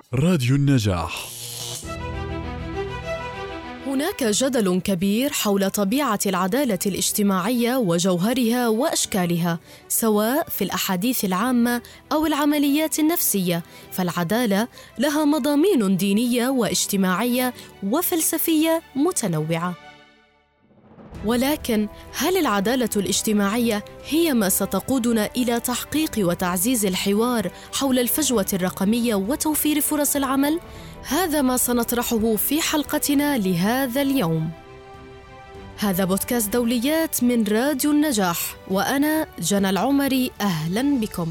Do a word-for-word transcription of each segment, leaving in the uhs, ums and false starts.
راديو النجاح. هناك جدل كبير حول طبيعة العدالة الاجتماعية وجوهرها وأشكالها، سواء في الأحاديث العامة أو العمليات النفسية، فالعدالة لها مضامين دينية واجتماعية وفلسفية متنوعة. ولكن هل العدالة الاجتماعية هي ما ستقودنا إلى تحقيق وتعزيز الحوار حول الفجوة الرقمية وتوفير فرص العمل؟ هذا ما سنطرحه في حلقتنا لهذا اليوم. هذا بودكاست دوليات من راديو النجاح، وأنا جنى العمري، أهلاً بكم.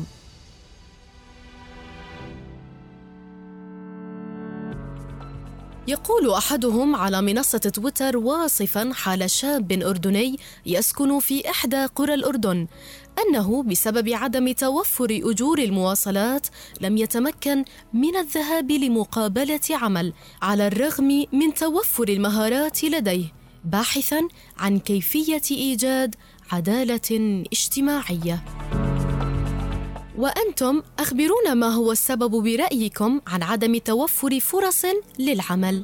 يقول أحدهم على منصة تويتر واصفاً حال شاب أردني يسكن في إحدى قرى الأردن أنه بسبب عدم توفر أجور المواصلات لم يتمكن من الذهاب لمقابلة عمل على الرغم من توفر المهارات لديه، باحثاً عن كيفية إيجاد عدالة اجتماعية. وأنتم أخبرونا، ما هو السبب برأيكم عن عدم توفر فرص للعمل؟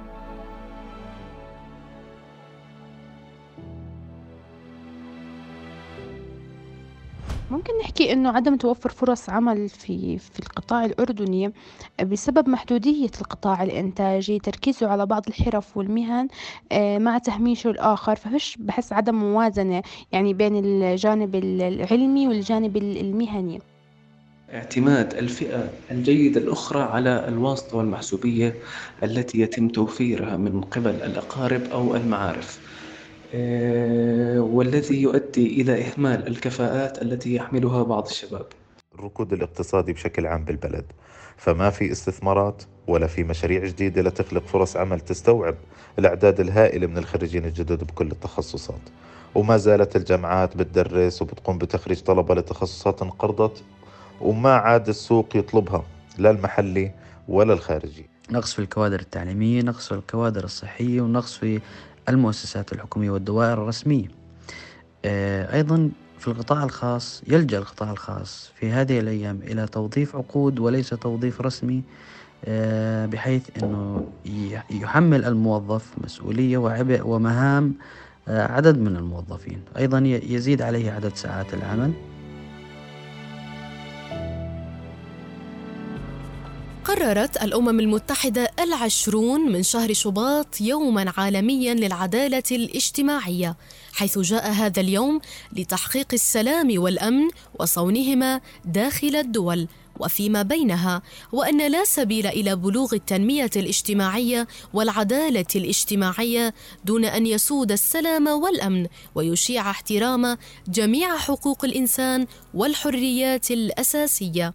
ممكن نحكي إنه عدم توفر فرص عمل في في القطاع الأردني بسبب محدودية القطاع الإنتاجي، تركيزه على بعض الحرف والمهن آه، مع تهميشه الآخر، ففيش بحس عدم موازنة يعني بين الجانب العلمي والجانب المهني. اعتماد الفئة الجيدة الأخرى على الواسطة والمحسوبية التي يتم توفيرها من قبل الأقارب أو المعارف، آه، والذي يؤدي إلى إهمال الكفاءات التي يحملها بعض الشباب. الركود الاقتصادي بشكل عام بالبلد، فما في استثمارات ولا في مشاريع جديدة لتخلق فرص عمل تستوعب الأعداد الهائلة من الخريجين الجدد بكل التخصصات، وما زالت الجامعات بتدرس وبتقوم بتخريج طلبة لتخصصات انقرضت وما عاد السوق يطلبها، لا المحلي ولا الخارجي. نقص في الكوادر التعليمية، نقص في الكوادر الصحية، ونقص في المؤسسات الحكومية والدوائر الرسمية. أيضا في القطاع الخاص، يلجأ القطاع الخاص في هذه الأيام إلى توظيف عقود وليس توظيف رسمي، بحيث أنه يحمل الموظف مسؤولية وعبء ومهام عدد من الموظفين، أيضا يزيد عليه عدد ساعات العمل. قررت الأمم المتحدة العشرون من شهر شباط يوماً عالمياً للعدالة الاجتماعية، حيث جاء هذا اليوم لتحقيق السلام والأمن وصونهما داخل الدول وفيما بينها، وأن لا سبيل إلى بلوغ التنمية الاجتماعية والعدالة الاجتماعية دون أن يسود السلام والأمن ويشيع احترام جميع حقوق الإنسان والحريات الأساسية.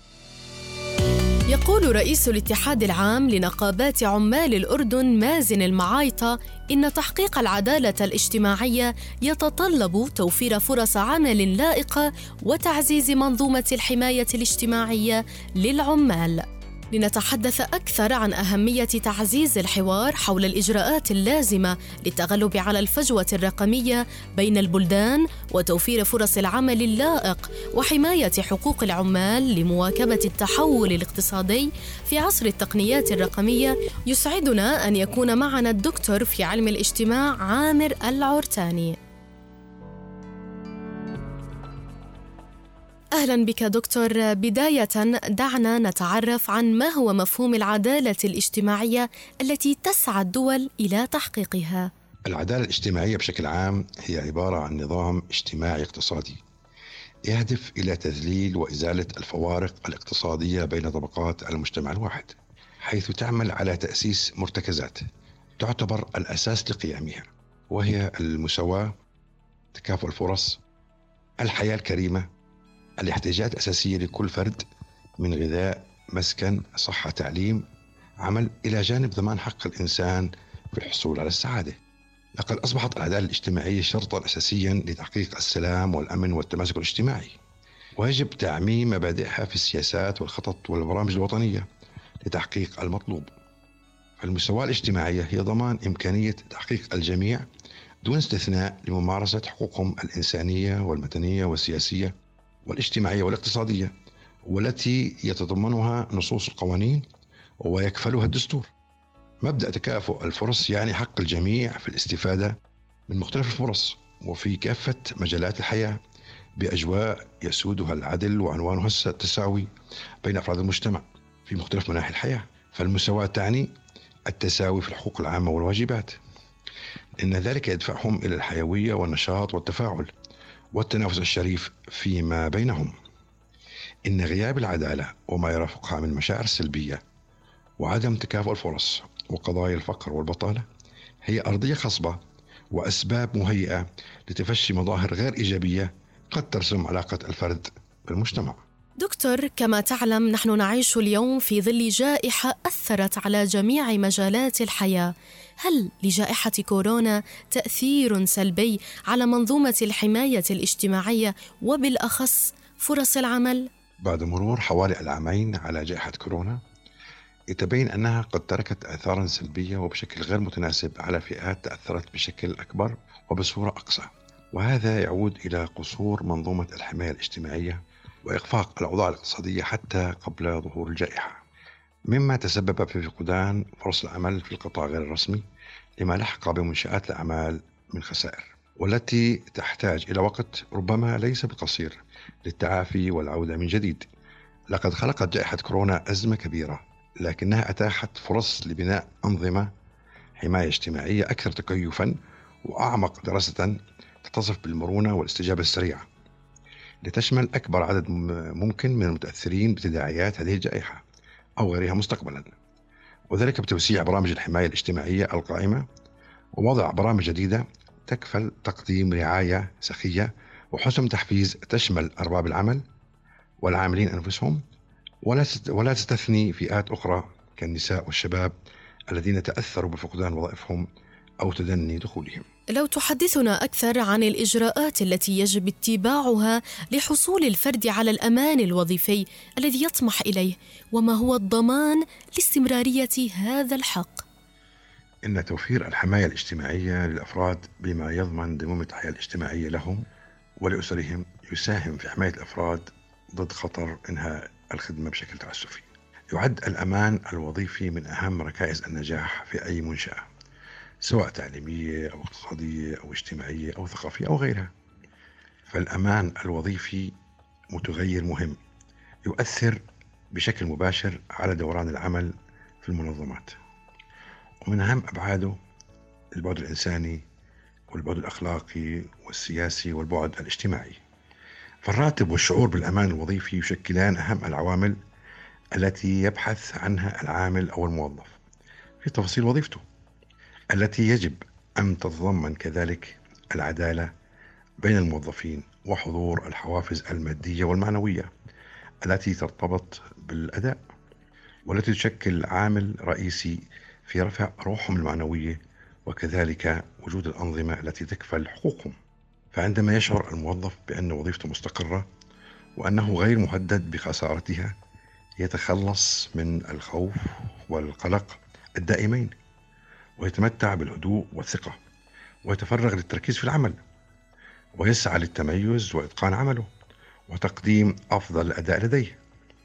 يقول رئيس الاتحاد العام لنقابات عمال الأردن مازن المعايطة إن تحقيق العدالة الاجتماعية يتطلب توفير فرص عمل لائقة وتعزيز منظومة الحماية الاجتماعية للعمال. لنتحدث أكثر عن أهمية تعزيز الحوار حول الإجراءات اللازمة للتغلب على الفجوة الرقمية بين البلدان وتوفير فرص العمل اللائق وحماية حقوق العمال لمواكبة التحول الاقتصادي في عصر التقنيات الرقمية، يسعدنا أن يكون معنا الدكتور في علم الاجتماع عامر العرتاني. أهلاً بك دكتور. بداية دعنا نتعرف عن ما هو مفهوم العدالة الاجتماعية التي تسعى الدول إلى تحقيقها. العدالة الاجتماعية بشكل عام هي عبارة عن نظام اجتماعي اقتصادي يهدف إلى تذليل وإزالة الفوارق الاقتصادية بين طبقات المجتمع الواحد، حيث تعمل على تأسيس مرتكزات تعتبر الأساس لقيامها، وهي المساواة، تكافؤ الفرص، الحياة الكريمة، الاحتياجات الأساسية لكل فرد من غذاء، مسكن، صحة، تعليم، عمل، إلى جانب ضمان حق الإنسان في الحصول على السعادة. لقد أصبحت العدالة الاجتماعية شرطاً أساسياً لتحقيق السلام والأمن والتماسك الاجتماعي، ويجب تعميم مبادئها في السياسات والخطط والبرامج الوطنية لتحقيق المطلوب. فالمساواة الاجتماعية هي ضمان إمكانية تحقيق الجميع دون استثناء لممارسة حقوقهم الإنسانية والمدنية والسياسية والاجتماعية والاقتصادية، والتي يتضمنها نصوص القوانين ويكفلها الدستور. مبدأ تكافؤ الفرص يعني حق الجميع في الاستفادة من مختلف الفرص وفي كافة مجالات الحياة بأجواء يسودها العدل وعنوانها التساوي بين أفراد المجتمع في مختلف مناحي الحياة. فالمساواة تعني التساوي في الحقوق العامة والواجبات، إن ذلك يدفعهم إلى الحيوية والنشاط والتفاعل والتنافس الشريف فيما بينهم. إن غياب العدالة وما يرافقها من مشاعر سلبية وعدم تكافؤ الفرص وقضايا الفقر والبطالة هي أرضية خصبة وأسباب مهيئة لتفشي مظاهر غير إيجابية قد ترسم علاقة الفرد بالمجتمع. دكتور، كما تعلم نحن نعيش اليوم في ظل جائحة أثرت على جميع مجالات الحياة. هل لجائحة كورونا تأثير سلبي على منظومة الحماية الاجتماعية وبالأخص فرص العمل؟ بعد مرور حوالي العامين على جائحة كورونا يتبين أنها قد تركت آثاراً سلبية وبشكل غير متناسب على فئات تأثرت بشكل أكبر وبصورة أقصى، وهذا يعود إلى قصور منظومة الحماية الاجتماعية وإخفاق الأوضاع الاقتصادية حتى قبل ظهور الجائحة، مما تسبب في فقدان فرص العمل في القطاع غير الرسمي لما لحق بمنشآت الأعمال من خسائر، والتي تحتاج إلى وقت ربما ليس بقصير للتعافي والعودة من جديد. لقد خلقت جائحة كورونا أزمة كبيرة، لكنها أتاحت فرص لبناء أنظمة حماية اجتماعية أكثر تكيفاً وأعمق دراسة تتصف بالمرونة والاستجابة السريعة لتشمل أكبر عدد ممكن من المتأثرين بتداعيات هذه الجائحة أو غيرها مستقبلاً، وذلك بتوسيع برامج الحماية الاجتماعية القائمة ووضع برامج جديدة تكفل تقديم رعاية سخية وحسن تحفيز تشمل أرباب العمل والعاملين أنفسهم، ولا تستثني فئات أخرى كالنساء والشباب الذين تأثروا بفقدان وظائفهم أو تدني دخولهم. لو تحدثنا أكثر عن الإجراءات التي يجب اتباعها لحصول الفرد على الأمان الوظيفي الذي يطمح إليه، وما هو الضمان لاستمرارية هذا الحق؟ إن توفير الحماية الاجتماعية للأفراد بما يضمن ديمومة الحياة الاجتماعية لهم ولأسرهم يساهم في حماية الأفراد ضد خطر إنهاء الخدمة بشكل تعسفي. يعد الأمان الوظيفي من أهم ركائز النجاح في أي منشأة، سواء تعليمية أو اقتصادية أو اجتماعية أو ثقافية أو غيرها. فالأمان الوظيفي متغير مهم يؤثر بشكل مباشر على دوران العمل في المنظمات، ومن أهم أبعاده البعد الإنساني والبعد الأخلاقي والسياسي والبعد الاجتماعي. فالراتب والشعور بالأمان الوظيفي يشكلان أهم العوامل التي يبحث عنها العامل أو الموظف في تفاصيل وظيفته، التي يجب أن تتضمن كذلك العدالة بين الموظفين وحضور الحوافز المادية والمعنوية التي ترتبط بالأداء، والتي تشكل عامل رئيسي في رفع روحهم المعنوية، وكذلك وجود الأنظمة التي تكفل حقوقهم. فعندما يشعر الموظف بأن وظيفته مستقرة وأنه غير مهدد بخسارتها يتخلص من الخوف والقلق الدائمين ويتمتع بالهدوء والثقة ويتفرغ للتركيز في العمل ويسعى للتميز وإتقان عمله وتقديم أفضل الأداء لديه،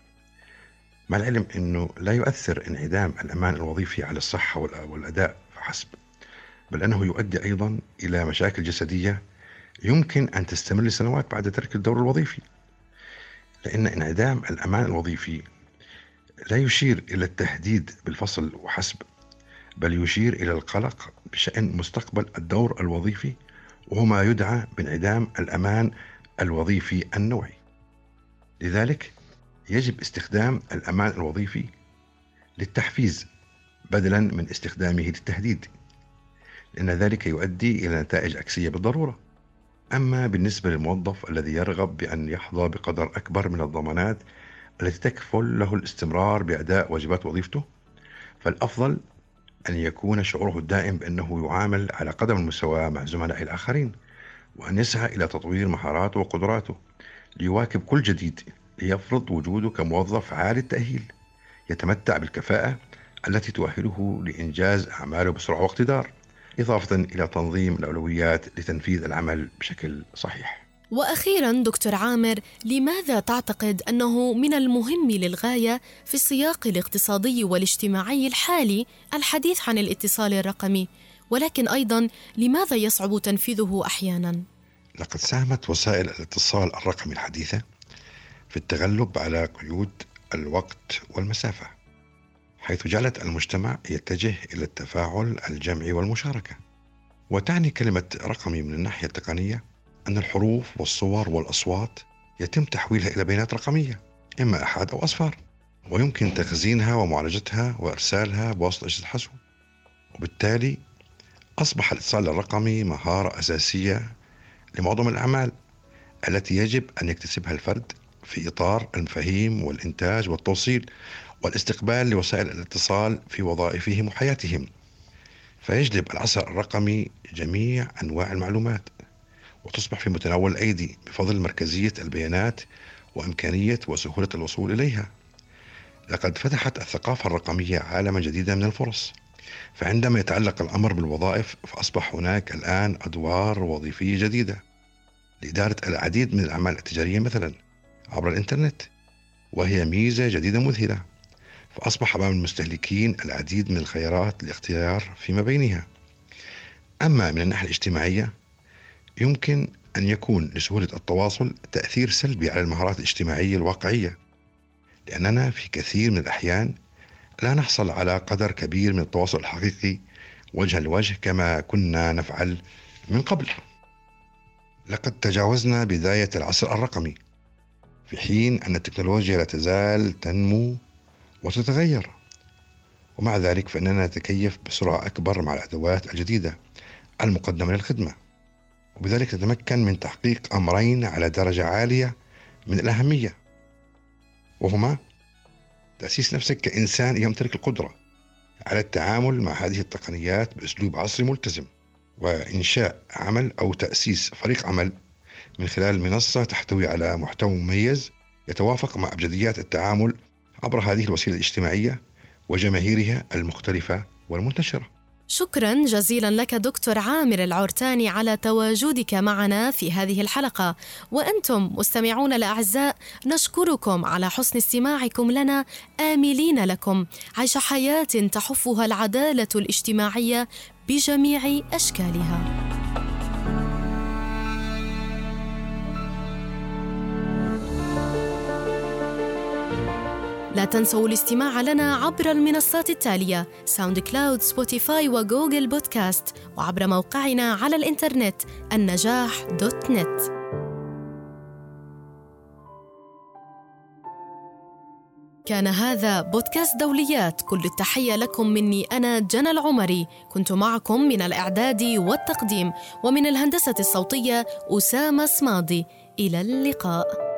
مع العلم أنه لا يؤثر انعدام الأمان الوظيفي على الصحة والأداء فحسب، بل أنه يؤدي أيضا إلى مشاكل جسدية يمكن أن تستمر لسنوات بعد ترك الدور الوظيفي، لأن انعدام الأمان الوظيفي لا يشير إلى التهديد بالفصل وحسب، بل يشير إلى القلق بشأن مستقبل الدور الوظيفي، وهو ما يدعى بانعدام الأمان الوظيفي النوعي. لذلك يجب استخدام الأمان الوظيفي للتحفيز بدلاً من استخدامه للتهديد، لأن ذلك يؤدي إلى نتائج عكسية بالضرورة. أما بالنسبة للموظف الذي يرغب بأن يحظى بقدر أكبر من الضمانات التي تكفل له الاستمرار بأداء واجبات وظيفته، فالأفضل أن يكون شعوره الدائم بأنه يعامل على قدم المساواة مع زملائه الآخرين، وأن يسعى إلى تطوير مهاراته وقدراته ليواكب كل جديد، ليفرض وجوده كموظف عالي التأهيل يتمتع بالكفاءة التي تؤهله لإنجاز أعماله بسرعة واقتدار، إضافة إلى تنظيم الأولويات لتنفيذ العمل بشكل صحيح. وأخيراً دكتور عامر، لماذا تعتقد أنه من المهم للغاية في السياق الاقتصادي والاجتماعي الحالي الحديث عن الاتصال الرقمي، ولكن أيضاً لماذا يصعب تنفيذه أحياناً؟ لقد ساهمت وسائل الاتصال الرقمي الحديثة في التغلب على قيود الوقت والمسافة، حيث جعلت المجتمع يتجه إلى التفاعل الجمعي والمشاركة. وتعني كلمة رقمي من الناحية التقنية أن الحروف والصور والأصوات يتم تحويلها إلى بيانات رقمية، إما أحاد أو أصفار، ويمكن تخزينها ومعالجتها وإرسالها بواسطة أجهزة الحاسوب. وبالتالي أصبح الاتصال الرقمي مهارة أساسية لمعظم الأعمال التي يجب أن يكتسبها الفرد في إطار المفاهيم والإنتاج والتوصيل والاستقبال لوسائل الاتصال في وظائفهم وحياتهم. فيجلب العصر الرقمي جميع أنواع المعلومات، وتصبح في متناول الأيدي بفضل مركزية البيانات وإمكانية وسهولة الوصول إليها. لقد فتحت الثقافة الرقمية عالما جديدا من الفرص، فعندما يتعلق الأمر بالوظائف فأصبح هناك الآن أدوار وظيفية جديدة لإدارة العديد من الأعمال التجارية مثلا عبر الإنترنت، وهي ميزة جديدة مذهلة، فأصبح أمام المستهلكين العديد من الخيارات لاختيار فيما بينها. أما من الناحية الاجتماعية، يمكن أن يكون لسهولة التواصل تأثير سلبي على المهارات الاجتماعية الواقعية، لأننا في كثير من الأحيان لا نحصل على قدر كبير من التواصل الحقيقي وجها لوجه كما كنا نفعل من قبل. لقد تجاوزنا بداية العصر الرقمي، في حين أن التكنولوجيا لا تزال تنمو وتتغير، ومع ذلك فإننا نتكيف بسرعة أكبر مع الأدوات الجديدة المقدمة للخدمة، وبذلك نتمكن من تحقيق أمرين على درجة عالية من الأهمية، وهما تأسيس نفسك كإنسان يمتلك القدرة على التعامل مع هذه التقنيات بأسلوب عصري ملتزم، وإنشاء عمل أو تأسيس فريق عمل من خلال منصة تحتوي على محتوى مميز يتوافق مع أبجديات التعامل عبر هذه الوسيلة الاجتماعية وجماهيرها المختلفة والمنتشرة. شكراً جزيلاً لك دكتور عامر العرتاني على تواجدك معنا في هذه الحلقة. وأنتم مستمعون الأعزاء، نشكركم على حسن استماعكم لنا، آملين لكم عيش حياة تحفها العدالة الاجتماعية بجميع أشكالها. لا تنسوا الاستماع لنا عبر المنصات التالية: ساوند كلاود، سبوتيفاي وجوجل بودكاست، وعبر موقعنا على الإنترنت النجاح دوت نت. كان هذا بودكاست دوليات، كل التحية لكم مني أنا جنى العمري، كنت معكم من الإعداد والتقديم، ومن الهندسة الصوتية أسامة صمادي. إلى اللقاء.